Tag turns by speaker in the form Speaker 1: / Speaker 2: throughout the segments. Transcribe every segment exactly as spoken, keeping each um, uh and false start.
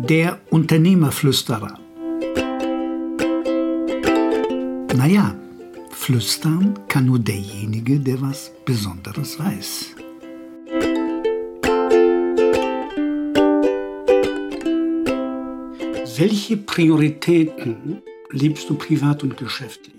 Speaker 1: Der Unternehmerflüsterer. Naja, flüstern kann nur derjenige, der was Besonderes weiß. Welche Prioritäten lebst du privat und geschäftlich?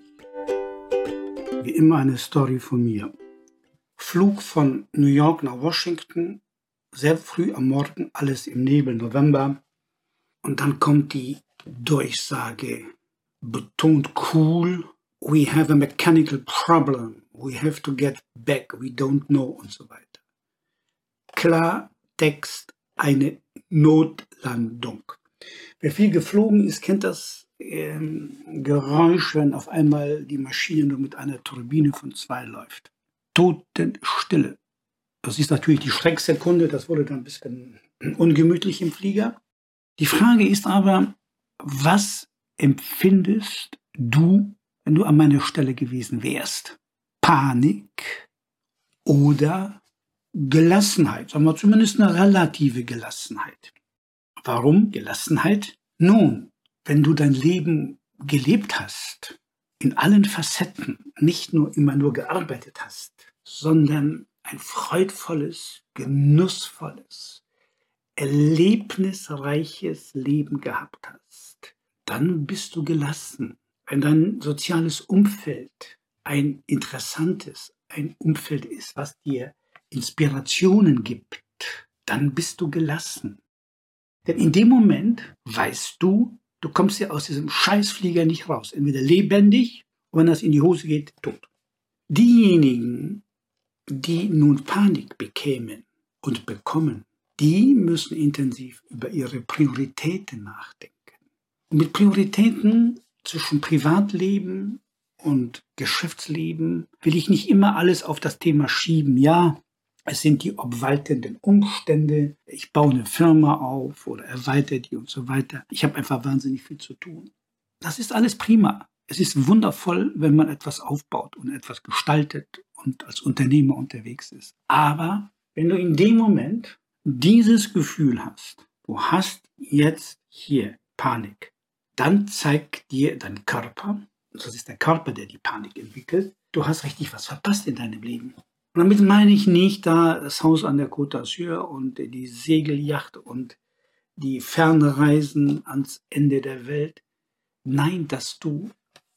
Speaker 1: Wie immer eine Story von mir. Flug von New York nach Washington, sehr früh am Morgen, alles im Nebel, November. Und dann kommt die Durchsage, betont cool, we have a mechanical problem, we have to get back, we don't know und so weiter. Klar, Text, eine Notlandung. Wer viel geflogen ist, kennt das ähm, Geräusch, wenn auf einmal die Maschine nur mit einer Turbine von zwei läuft. Totenstille. Das ist natürlich die Schrecksekunde, das wurde dann ein bisschen ungemütlich im Flieger. Die Frage ist aber, was empfindest du, wenn du an meiner Stelle gewesen wärst? Panik oder Gelassenheit? Sagen wir zumindest eine relative Gelassenheit. Warum Gelassenheit? Nun, wenn du dein Leben gelebt hast, in allen Facetten, nicht nur immer nur gearbeitet hast, sondern ein freudvolles, genussvolles, erlebnisreiches Leben gehabt hast, dann bist du gelassen. Wenn dein soziales Umfeld ein interessantes, ein Umfeld ist, was dir Inspirationen gibt, dann bist du gelassen. Denn in dem Moment weißt du, du kommst ja aus diesem Scheißflieger nicht raus. Entweder lebendig, und wenn das in die Hose geht, tot. Diejenigen, die nun Panik bekämen und bekommen, die müssen intensiv über ihre Prioritäten nachdenken. Und mit Prioritäten zwischen Privatleben und Geschäftsleben will ich nicht immer alles auf das Thema schieben. Ja, es sind die obwaltenden Umstände, ich baue eine Firma auf oder erweitere die und so weiter. Ich habe einfach wahnsinnig viel zu tun. Das ist alles prima. Es ist wundervoll, wenn man etwas aufbaut und etwas gestaltet und als Unternehmer unterwegs ist. Aber wenn du in dem Moment dieses Gefühl hast, du hast jetzt hier Panik, dann zeigt dir dein Körper, das ist der Körper, der die Panik entwickelt, du hast richtig was verpasst in deinem Leben. Und damit meine ich nicht da das Haus an der Côte d'Azur und die Segelyacht und die Fernreisen ans Ende der Welt. Nein, dass du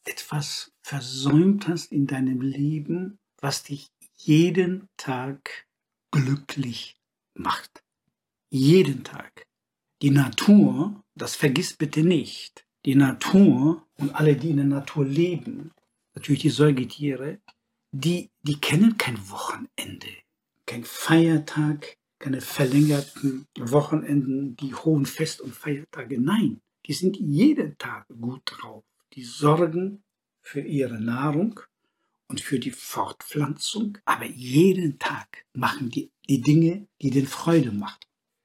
Speaker 1: etwas versäumt hast in deinem Leben, was dich jeden Tag glücklich macht. Jeden Tag. Die Natur, das vergiss bitte nicht, die Natur und alle, die in der Natur leben, natürlich die Säugetiere, die, die kennen kein Wochenende, kein Feiertag, keine verlängerten Wochenenden, die hohen Fest- und Feiertage. Nein, die sind jeden Tag gut drauf. Die sorgen für ihre Nahrung und für die Fortpflanzung, aber jeden Tag machen die die Dinge, die denen Freude machen.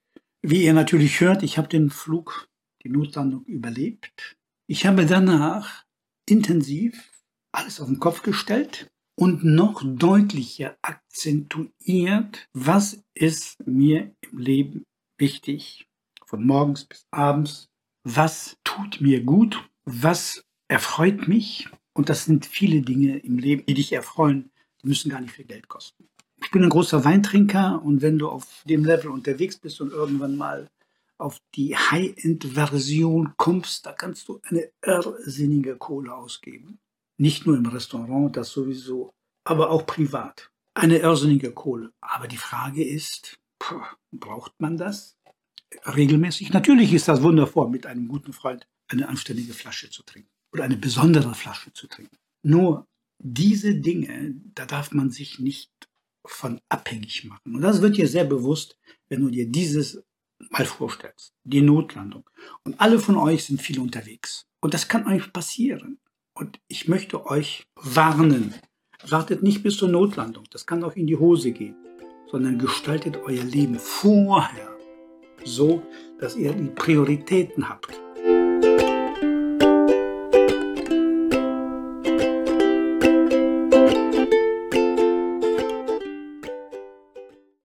Speaker 1: Wie ihr natürlich hört, ich habe den Flug, die Notlandung überlebt. Ich habe danach intensiv alles auf den Kopf gestellt und noch deutlicher akzentuiert, was ist mir im Leben wichtig, von morgens bis abends, was tut mir gut, was erfreut mich. Und das sind viele Dinge im Leben, die dich erfreuen, die müssen gar nicht viel Geld kosten. Ich bin ein großer Weintrinker und wenn du auf dem Level unterwegs bist und irgendwann mal auf die High-End-Version kommst, da kannst du eine irrsinnige Kohle ausgeben. Nicht nur im Restaurant, das sowieso, aber auch privat. Eine irrsinnige Kohle. Aber die Frage ist, puh, braucht man das regelmäßig? Natürlich ist das wundervoll, mit einem guten Freund eine anständige Flasche zu trinken oder eine besondere Flasche zu trinken. Nur diese Dinge, da darf man sich nicht von abhängig machen. Und das wird dir sehr bewusst, wenn du dir dieses mal vorstellst, die Notlandung. Und alle von euch sind viel unterwegs. Und das kann euch passieren. Und ich möchte euch warnen, wartet nicht bis zur Notlandung, das kann auch in die Hose gehen, sondern gestaltet euer Leben vorher so, dass ihr die Prioritäten habt.